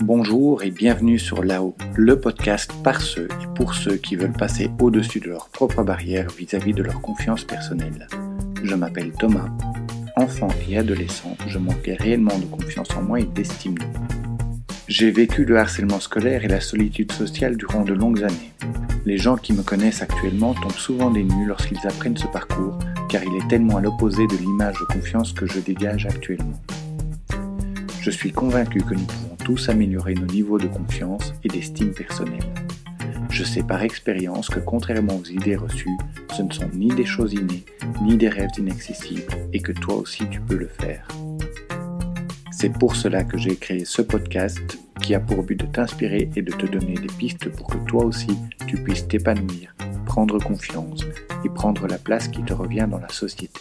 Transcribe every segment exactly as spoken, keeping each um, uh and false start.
Bonjour et bienvenue sur Là-haut, le podcast par ceux et pour ceux qui veulent passer au-dessus de leurs propres barrières vis-à-vis de leur confiance personnelle. Je m'appelle Thomas. Enfant et adolescent, je manquais réellement de confiance en moi et d'estime de moi. J'ai vécu le harcèlement scolaire et la solitude sociale durant de longues années. Les gens qui me connaissent actuellement tombent souvent des nues lorsqu'ils apprennent ce parcours, car il est tellement à l'opposé de l'image de confiance que je dégage actuellement. Je suis convaincu que nous pouvons tous améliorer nos niveaux de confiance et d'estime personnelle. Je sais par expérience que contrairement aux idées reçues, ce ne sont ni des choses innées, ni des rêves inaccessibles, et que toi aussi tu peux le faire. C'est pour cela que j'ai créé ce podcast qui a pour but de t'inspirer et de te donner des pistes pour que toi aussi tu puisses t'épanouir, prendre confiance et prendre la place qui te revient dans la société.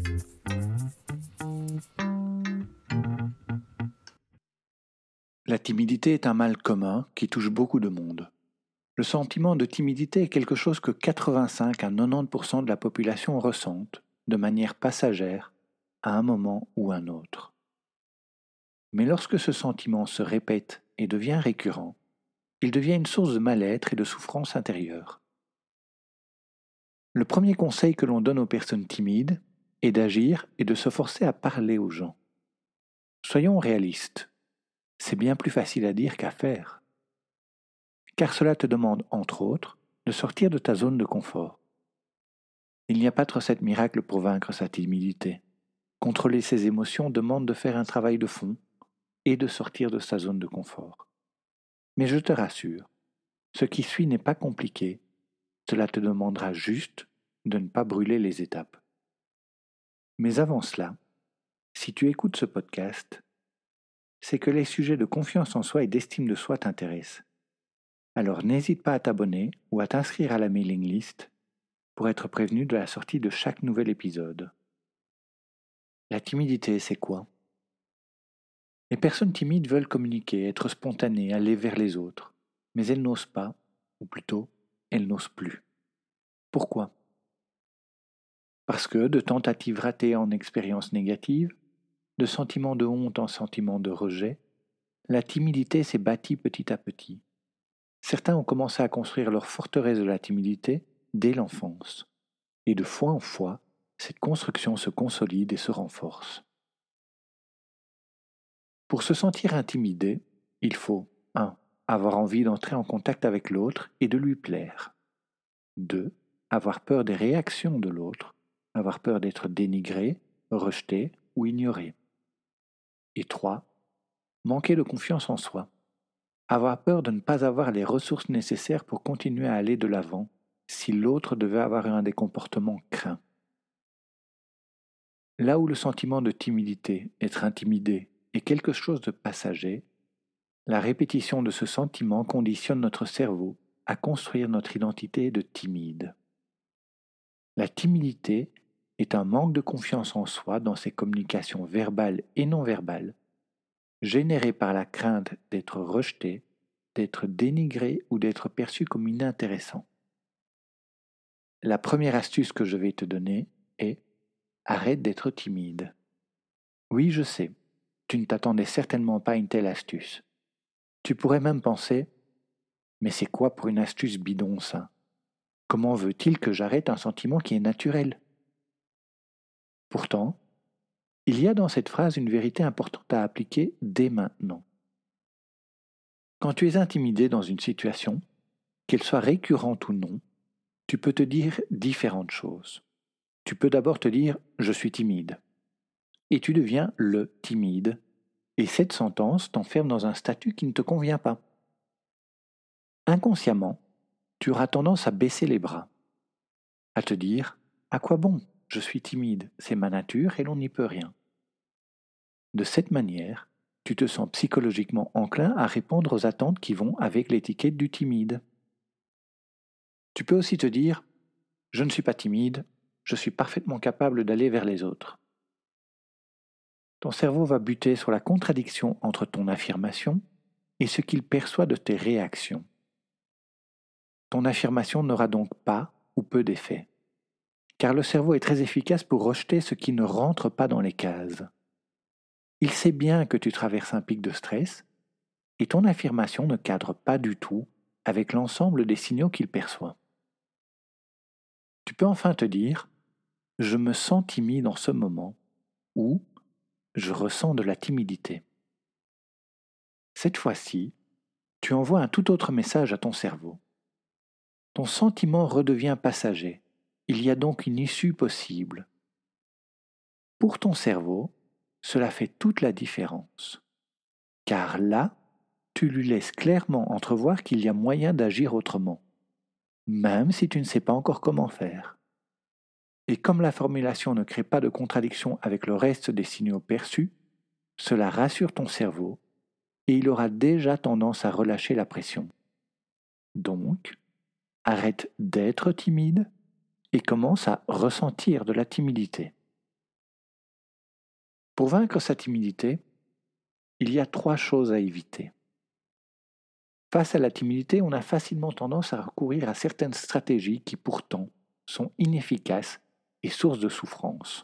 La timidité est un mal commun qui touche beaucoup de monde. Le sentiment de timidité est quelque chose que quatre-vingt-cinq à quatre-vingt-dix pour cent de la population ressentent de manière passagère à un moment ou un autre. Mais lorsque ce sentiment se répète et devient récurrent, il devient une source de mal-être et de souffrance intérieure. Le premier conseil que l'on donne aux personnes timides est d'agir et de se forcer à parler aux gens. Soyons réalistes. C'est bien plus facile à dire qu'à faire. Car cela te demande, entre autres, de sortir de ta zone de confort. Il n'y a pas de recette miracle pour vaincre sa timidité. Contrôler ses émotions demande de faire un travail de fond et de sortir de sa zone de confort. Mais je te rassure, ce qui suit n'est pas compliqué, cela te demandera juste de ne pas brûler les étapes. Mais avant cela, si tu écoutes ce podcast, c'est que les sujets de confiance en soi et d'estime de soi t'intéressent. Alors n'hésite pas à t'abonner ou à t'inscrire à la mailing list pour être prévenu de la sortie de chaque nouvel épisode. La timidité, c'est quoi ? Les personnes timides veulent communiquer, être spontanées, aller vers les autres, mais elles n'osent pas, ou plutôt, elles n'osent plus. Pourquoi ? Parce que de tentatives ratées en expériences négatives, de sentiments de honte en sentiments de rejet, la timidité s'est bâtie petit à petit. Certains ont commencé à construire leur forteresse de la timidité dès l'enfance. Et de fois en fois, cette construction se consolide et se renforce. Pour se sentir intimidé, il faut un avoir envie d'entrer en contact avec l'autre et de lui plaire. deux Avoir peur des réactions de l'autre, avoir peur d'être dénigré, rejeté ou ignoré. Et trois Manquer de confiance en soi. Avoir peur de ne pas avoir les ressources nécessaires pour continuer à aller de l'avant si l'autre devait avoir un des comportements craints. Là où le sentiment de timidité, être intimidé, est quelque chose de passager, la répétition de ce sentiment conditionne notre cerveau à construire notre identité de timide. La timidité est un manque de confiance en soi dans ses communications verbales et non verbales, généré par la crainte d'être rejeté, d'être dénigré ou d'être perçu comme inintéressant. La première astuce que je vais te donner est « arrête d'être timide ». Oui, je sais, tu ne t'attendais certainement pas à une telle astuce. Tu pourrais même penser « mais c'est quoi pour une astuce bidon ça ? Comment veut-il que j'arrête un sentiment qui est naturel ?» Pourtant, il y a dans cette phrase une vérité importante à appliquer dès maintenant. Quand tu es intimidé dans une situation, qu'elle soit récurrente ou non, tu peux te dire différentes choses. Tu peux d'abord te dire « je suis timide » et tu deviens le timide, et cette sentence t'enferme dans un statut qui ne te convient pas. Inconsciemment, tu auras tendance à baisser les bras, à te dire « à quoi bon ? Je suis timide, c'est ma nature et l'on n'y peut rien ». De cette manière, tu te sens psychologiquement enclin à répondre aux attentes qui vont avec l'étiquette du timide. Tu peux aussi te dire « je ne suis pas timide, je suis parfaitement capable d'aller vers les autres ». Ton cerveau va buter sur la contradiction entre ton affirmation et ce qu'il perçoit de tes réactions. Ton affirmation n'aura donc pas ou peu d'effet, car le cerveau est très efficace pour rejeter ce qui ne rentre pas dans les cases. Il sait bien que tu traverses un pic de stress, et ton affirmation ne cadre pas du tout avec l'ensemble des signaux qu'il perçoit. Tu peux enfin te dire « je me sens timide en ce moment » ou « je ressens de la timidité ». Cette fois-ci, tu envoies un tout autre message à ton cerveau. Ton sentiment redevient passager. Il y a donc une issue possible. Pour ton cerveau, cela fait toute la différence. Car là, tu lui laisses clairement entrevoir qu'il y a moyen d'agir autrement, même si tu ne sais pas encore comment faire. Et comme la formulation ne crée pas de contradiction avec le reste des signaux perçus, cela rassure ton cerveau et il aura déjà tendance à relâcher la pression. Donc, arrête d'être timide et commence à ressentir de la timidité. Pour vaincre sa timidité, il y a trois choses à éviter. Face à la timidité, on a facilement tendance à recourir à certaines stratégies qui pourtant sont inefficaces et source de souffrance.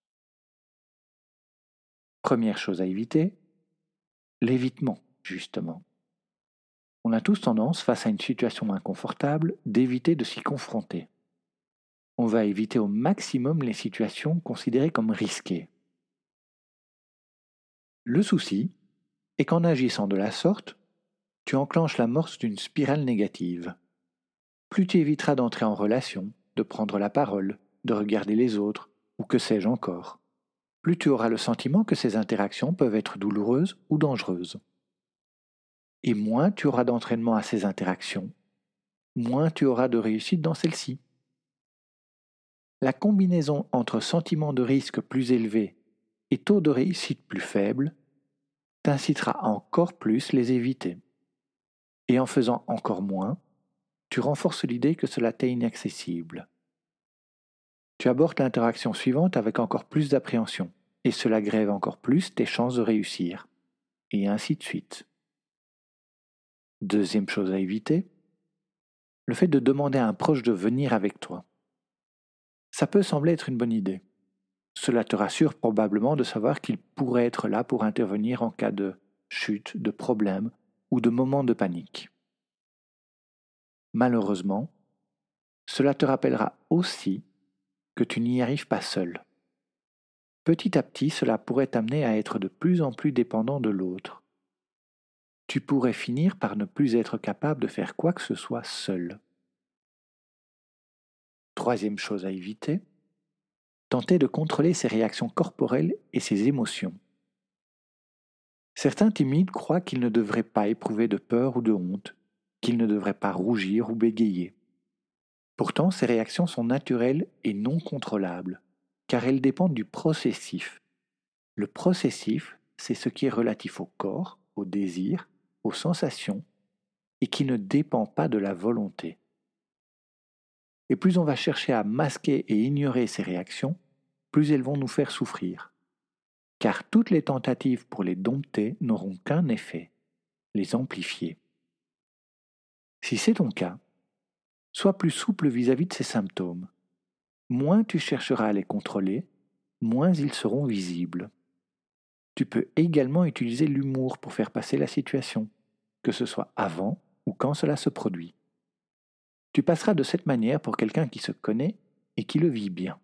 Première chose à éviter, l'évitement, justement. On a tous tendance, face à une situation inconfortable, d'éviter de s'y confronter. On va éviter au maximum les situations considérées comme risquées. Le souci est qu'en agissant de la sorte, tu enclenches l'amorce d'une spirale négative. Plus tu éviteras d'entrer en relation, de prendre la parole, de regarder les autres, ou que sais-je encore, plus tu auras le sentiment que ces interactions peuvent être douloureuses ou dangereuses. Et moins tu auras d'entraînement à ces interactions, moins tu auras de réussite dans celles-ci. La combinaison entre sentiment de risque plus élevé et taux de réussite plus faible t'incitera encore plus les éviter. Et en faisant encore moins, tu renforces l'idée que cela t'est inaccessible. Tu abordes l'interaction suivante avec encore plus d'appréhension, et cela grève encore plus tes chances de réussir, et ainsi de suite. Deuxième chose à éviter, le fait de demander à un proche de venir avec toi. Ça peut sembler être une bonne idée. Cela te rassure probablement de savoir qu'il pourrait être là pour intervenir en cas de chute, de problème ou de moment de panique. Malheureusement, cela te rappellera aussi que tu n'y arrives pas seul. Petit à petit, cela pourrait t'amener à être de plus en plus dépendant de l'autre. Tu pourrais finir par ne plus être capable de faire quoi que ce soit seul. Troisième chose à éviter, tenter de contrôler ses réactions corporelles et ses émotions. Certains timides croient qu'ils ne devraient pas éprouver de peur ou de honte, qu'ils ne devraient pas rougir ou bégayer. Pourtant, ces réactions sont naturelles et non contrôlables, car elles dépendent du processif. Le processif, c'est ce qui est relatif au corps, au désir, aux sensations, et qui ne dépend pas de la volonté. Et plus on va chercher à masquer et ignorer ces réactions, plus elles vont nous faire souffrir. Car toutes les tentatives pour les dompter n'auront qu'un effet, les amplifier. Si c'est ton cas, sois plus souple vis-à-vis de ces symptômes. Moins tu chercheras à les contrôler, moins ils seront visibles. Tu peux également utiliser l'humour pour faire passer la situation, que ce soit avant ou quand cela se produit. Tu passeras de cette manière pour quelqu'un qui se connaît et qui le vit bien.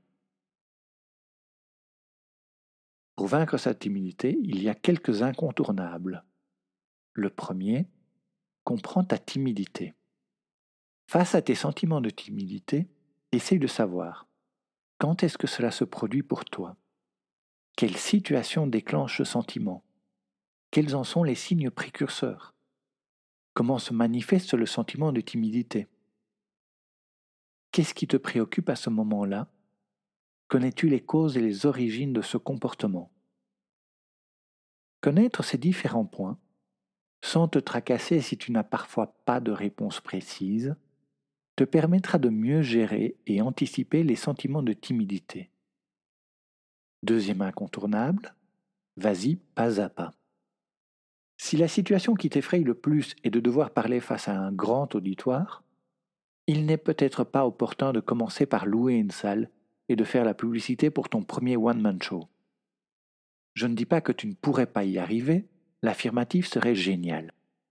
Pour vaincre sa timidité, il y a quelques incontournables. Le premier, comprends ta timidité. Face à tes sentiments de timidité, essaye de savoir quand est-ce que cela se produit pour toi. Quelle situation déclenche ce sentiment? Quels en sont les signes précurseurs? Comment se manifeste le sentiment de timidité? Qu'est-ce qui te préoccupe à ce moment-là? Connais-tu les causes et les origines de ce comportement? Connaître ces différents points, sans te tracasser si tu n'as parfois pas de réponse précise, te permettra de mieux gérer et anticiper les sentiments de timidité. Deuxième incontournable, vas-y pas à pas. Si la situation qui t'effraie le plus est de devoir parler face à un grand auditoire, il n'est peut-être pas opportun de commencer par louer une salle et de faire la publicité pour ton premier one-man show. Je ne dis pas que tu ne pourrais pas y arriver, l'affirmative serait géniale.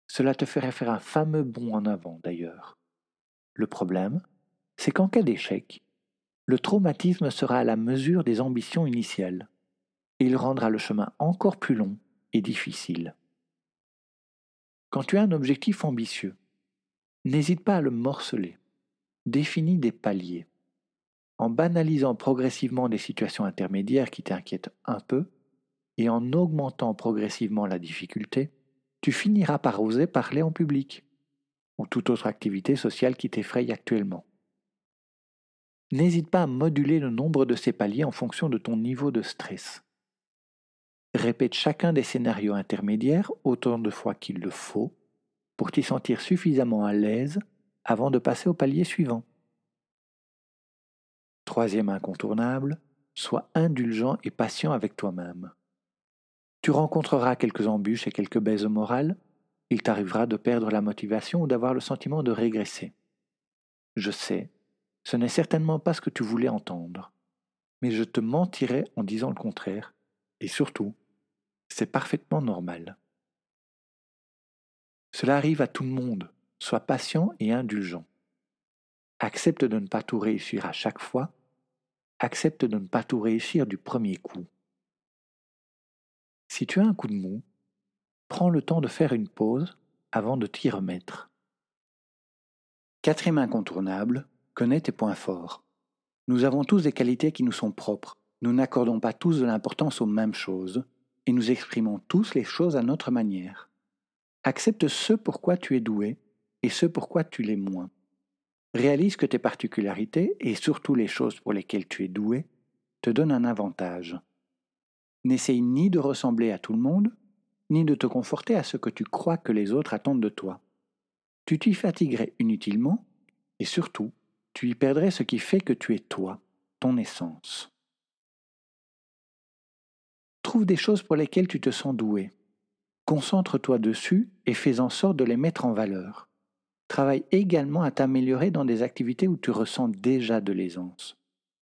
Cela te ferait faire un fameux bond en avant d'ailleurs. Le problème, c'est qu'en cas d'échec, le traumatisme sera à la mesure des ambitions initiales, et il rendra le chemin encore plus long et difficile. Quand tu as un objectif ambitieux, n'hésite pas à le morceler. Définis des paliers. En banalisant progressivement des situations intermédiaires qui t'inquiètent un peu, et en augmentant progressivement la difficulté, tu finiras par oser parler en public, ou toute autre activité sociale qui t'effraie actuellement. N'hésite pas à moduler le nombre de ces paliers en fonction de ton niveau de stress. Répète chacun des scénarios intermédiaires autant de fois qu'il le faut pour t'y sentir suffisamment à l'aise avant de passer au palier suivant. Troisième incontournable, sois indulgent et patient avec toi-même. Tu rencontreras quelques embûches et quelques baises morales, il t'arrivera de perdre la motivation ou d'avoir le sentiment de régresser. Je sais, ce n'est certainement pas ce que tu voulais entendre, mais je te mentirais en disant le contraire, et surtout, c'est parfaitement normal. Cela arrive à tout le monde, sois patient et indulgent. Accepte de ne pas tout réussir à chaque fois, accepte de ne pas tout réussir du premier coup. Si tu as un coup de mou, prends le temps de faire une pause avant de t'y remettre. Quatrième incontournable, connais tes points forts. Nous avons tous des qualités qui nous sont propres. Nous n'accordons pas tous de l'importance aux mêmes choses et nous exprimons tous les choses à notre manière. Accepte ce pourquoi tu es doué et ce pourquoi tu l'es moins. Réalise que tes particularités et surtout les choses pour lesquelles tu es doué te donnent un avantage. N'essaye ni de ressembler à tout le monde, ni de te conforter à ce que tu crois que les autres attendent de toi. Tu t'y fatiguerais inutilement et surtout, tu y perdrais ce qui fait que tu es toi, ton essence. Trouve des choses pour lesquelles tu te sens doué. Concentre-toi dessus et fais en sorte de les mettre en valeur. Travaille également à t'améliorer dans des activités où tu ressens déjà de l'aisance.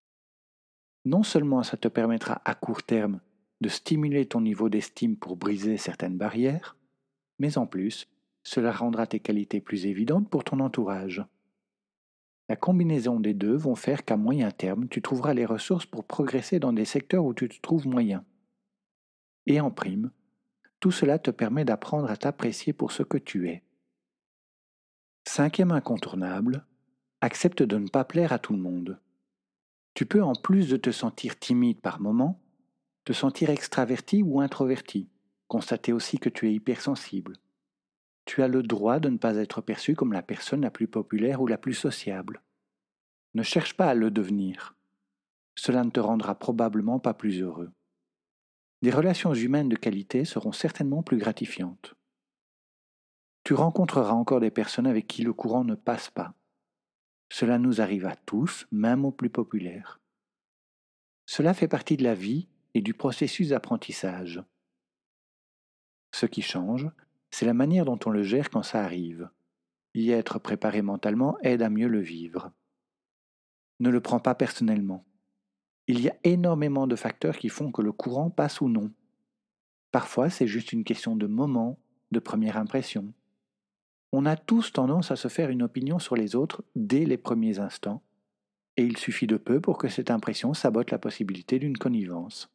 Non seulement ça te permettra à court terme de stimuler ton niveau d'estime pour briser certaines barrières, mais en plus, cela rendra tes qualités plus évidentes pour ton entourage. La combinaison des deux vont faire qu'à moyen terme, tu trouveras les ressources pour progresser dans des secteurs où tu te trouves moyen. Et en prime, tout cela te permet d'apprendre à t'apprécier pour ce que tu es. Cinquième incontournable, accepte de ne pas plaire à tout le monde. Tu peux, en plus de te sentir timide par moments, te sentir extraverti ou introverti, constater aussi que tu es hypersensible. Tu as le droit de ne pas être perçu comme la personne la plus populaire ou la plus sociable. Ne cherche pas à le devenir. Cela ne te rendra probablement pas plus heureux. Des relations humaines de qualité seront certainement plus gratifiantes. Tu rencontreras encore des personnes avec qui le courant ne passe pas. Cela nous arrive à tous, même aux plus populaires. Cela fait partie de la vie et du processus d'apprentissage. Ce qui change, c'est la manière dont on le gère quand ça arrive. Y être préparé mentalement aide à mieux le vivre. Ne le prends pas personnellement. Il y a énormément de facteurs qui font que le courant passe ou non. Parfois, c'est juste une question de moment, de première impression. On a tous tendance à se faire une opinion sur les autres dès les premiers instants, et il suffit de peu pour que cette impression sabote la possibilité d'une connivence.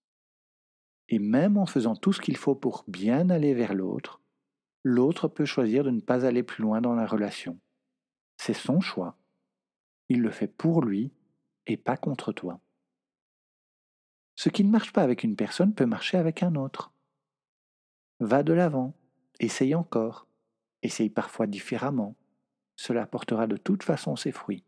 Et même en faisant tout ce qu'il faut pour bien aller vers l'autre, l'autre peut choisir de ne pas aller plus loin dans la relation. C'est son choix. Il le fait pour lui et pas contre toi. Ce qui ne marche pas avec une personne peut marcher avec un autre. Va de l'avant, essaye encore, essaye parfois différemment. Cela portera de toute façon ses fruits.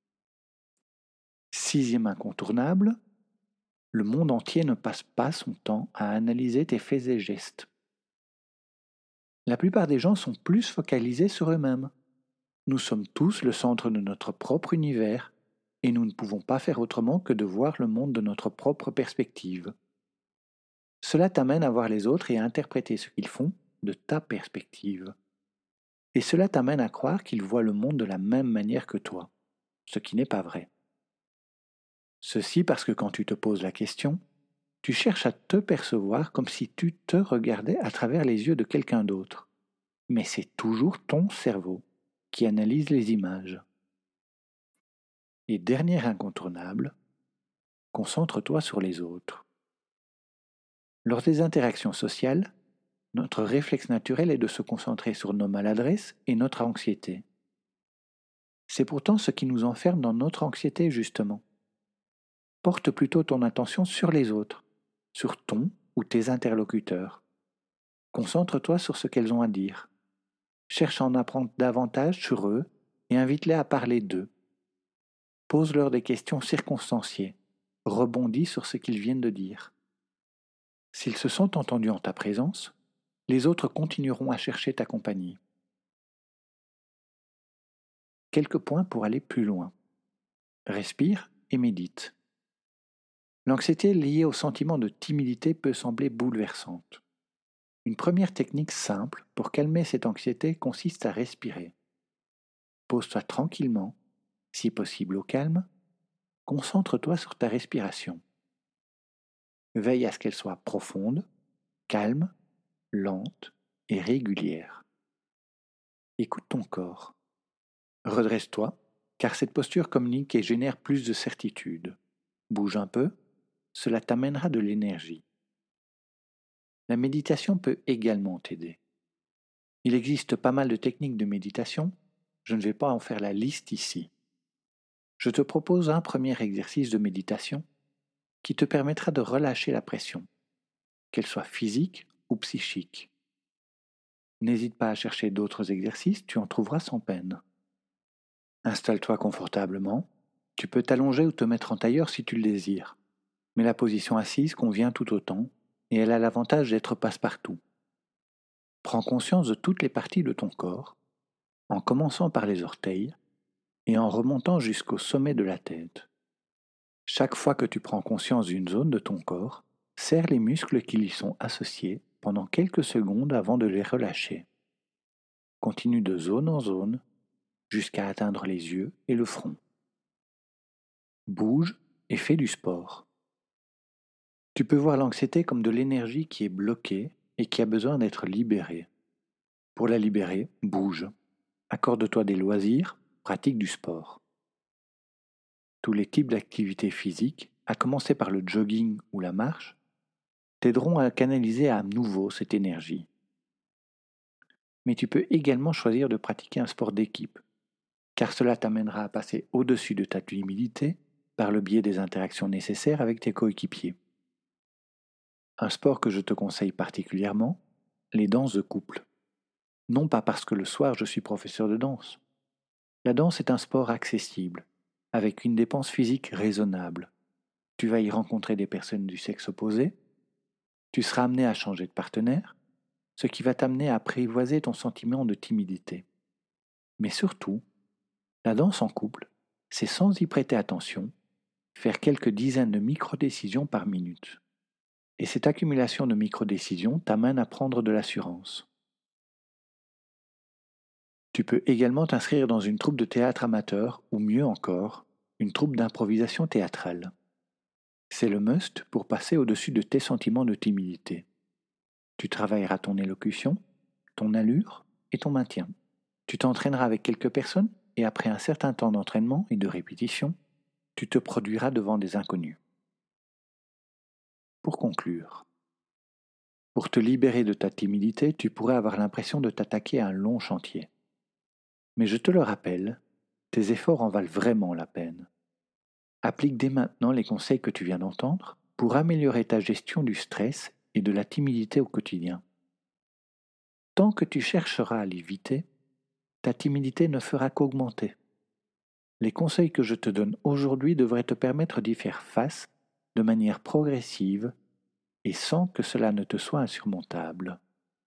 Sixième incontournable, le monde entier ne passe pas son temps à analyser tes faits et gestes. La plupart des gens sont plus focalisés sur eux-mêmes. Nous sommes tous le centre de notre propre univers et nous ne pouvons pas faire autrement que de voir le monde de notre propre perspective. Cela t'amène à voir les autres et à interpréter ce qu'ils font de ta perspective. Et cela t'amène à croire qu'ils voient le monde de la même manière que toi, ce qui n'est pas vrai. Ceci parce que quand tu te poses la question, tu cherches à te percevoir comme si tu te regardais à travers les yeux de quelqu'un d'autre. mais c'est toujours ton cerveau qui analyse les images. Et dernier incontournable, concentre-toi sur les autres. Lors des interactions sociales, notre réflexe naturel est de se concentrer sur nos maladresses et notre anxiété. C'est pourtant ce qui nous enferme dans notre anxiété, justement. Porte plutôt ton attention sur les autres, sur ton ou tes interlocuteurs. Concentre-toi sur ce qu'elles ont à dire. Cherche à en apprendre davantage sur eux et invite-les à parler d'eux. Pose-leur des questions circonstanciées. Rebondis sur ce qu'ils viennent de dire. S'ils se sont entendus en ta présence, les autres continueront à chercher ta compagnie. Quelques points pour aller plus loin. Respire et médite. L'anxiété liée au sentiment de timidité peut sembler bouleversante. Une première technique simple pour calmer cette anxiété consiste à respirer. Pose-toi tranquillement, si possible au calme, concentre-toi sur ta respiration. Veille à ce qu'elle soit profonde, calme, lente et régulière. Écoute ton corps. Redresse-toi, car cette posture communique et génère plus de certitude. Bouge un peu, cela t'amènera de l'énergie. La méditation peut également t'aider. Il existe pas mal de techniques de méditation, je ne vais pas en faire la liste ici. Je te propose un premier exercice de méditation qui te permettra de relâcher la pression, qu'elle soit physique ou psychique. N'hésite pas à chercher d'autres exercices, tu en trouveras sans peine. Installe-toi confortablement, tu peux t'allonger ou te mettre en tailleur si tu le désires, mais la position assise convient tout autant et elle a l'avantage d'être passe-partout. Prends conscience de toutes les parties de ton corps, en commençant par les orteils et en remontant jusqu'au sommet de la tête. Chaque fois que tu prends conscience d'une zone de ton corps, serre les muscles qui y sont associés pendant quelques secondes avant de les relâcher. Continue de zone en zone jusqu'à atteindre les yeux et le front. Bouge et fais du sport. Tu peux voir l'anxiété comme de l'énergie qui est bloquée et qui a besoin d'être libérée. Pour la libérer, bouge. Accorde-toi des loisirs, pratique du sport. Tous les types d'activités physiques, à commencer par le jogging ou la marche, t'aideront à canaliser à nouveau cette énergie. Mais tu peux également choisir de pratiquer un sport d'équipe, car cela t'amènera à passer au-dessus de ta timidité par le biais des interactions nécessaires avec tes coéquipiers. Un sport que je te conseille particulièrement, les danses de couple. Non pas parce que le soir je suis professeur de danse. La danse est un sport accessible, avec une dépense physique raisonnable. Tu vas y rencontrer des personnes du sexe opposé, tu seras amené à changer de partenaire, ce qui va t'amener à apprivoiser ton sentiment de timidité. Mais surtout, la danse en couple, c'est sans y prêter attention, faire quelques dizaines de micro-décisions par minute. Et cette accumulation de micro-décisions t'amène à prendre de l'assurance. Tu peux également t'inscrire dans une troupe de théâtre amateur ou mieux encore, une troupe d'improvisation théâtrale. C'est le must pour passer au-dessus de tes sentiments de timidité. Tu travailleras ton élocution, ton allure et ton maintien. Tu t'entraîneras avec quelques personnes et après un certain temps d'entraînement et de répétition, tu te produiras devant des inconnus. Pour conclure, pour te libérer de ta timidité, tu pourrais avoir l'impression de t'attaquer à un long chantier. Mais je te le rappelle, tes efforts en valent vraiment la peine. Applique dès maintenant les conseils que tu viens d'entendre pour améliorer ta gestion du stress et de la timidité au quotidien. Tant que tu chercheras à l'éviter, ta timidité ne fera qu'augmenter. Les conseils que je te donne aujourd'hui devraient te permettre d'y faire face de manière progressive et sans que cela ne te soit insurmontable.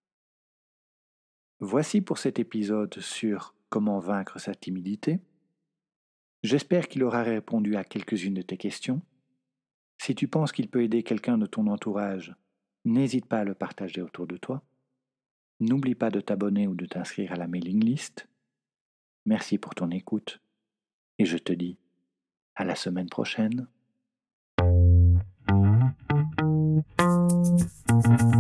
Voici pour cet épisode sur comment vaincre sa timidité. J'espère qu'il aura répondu à quelques-unes de tes questions. Si tu penses qu'il peut aider quelqu'un de ton entourage, n'hésite pas à le partager autour de toi. N'oublie pas de t'abonner ou de t'inscrire à la mailing list. Merci pour ton écoute et je te dis à la semaine prochaine.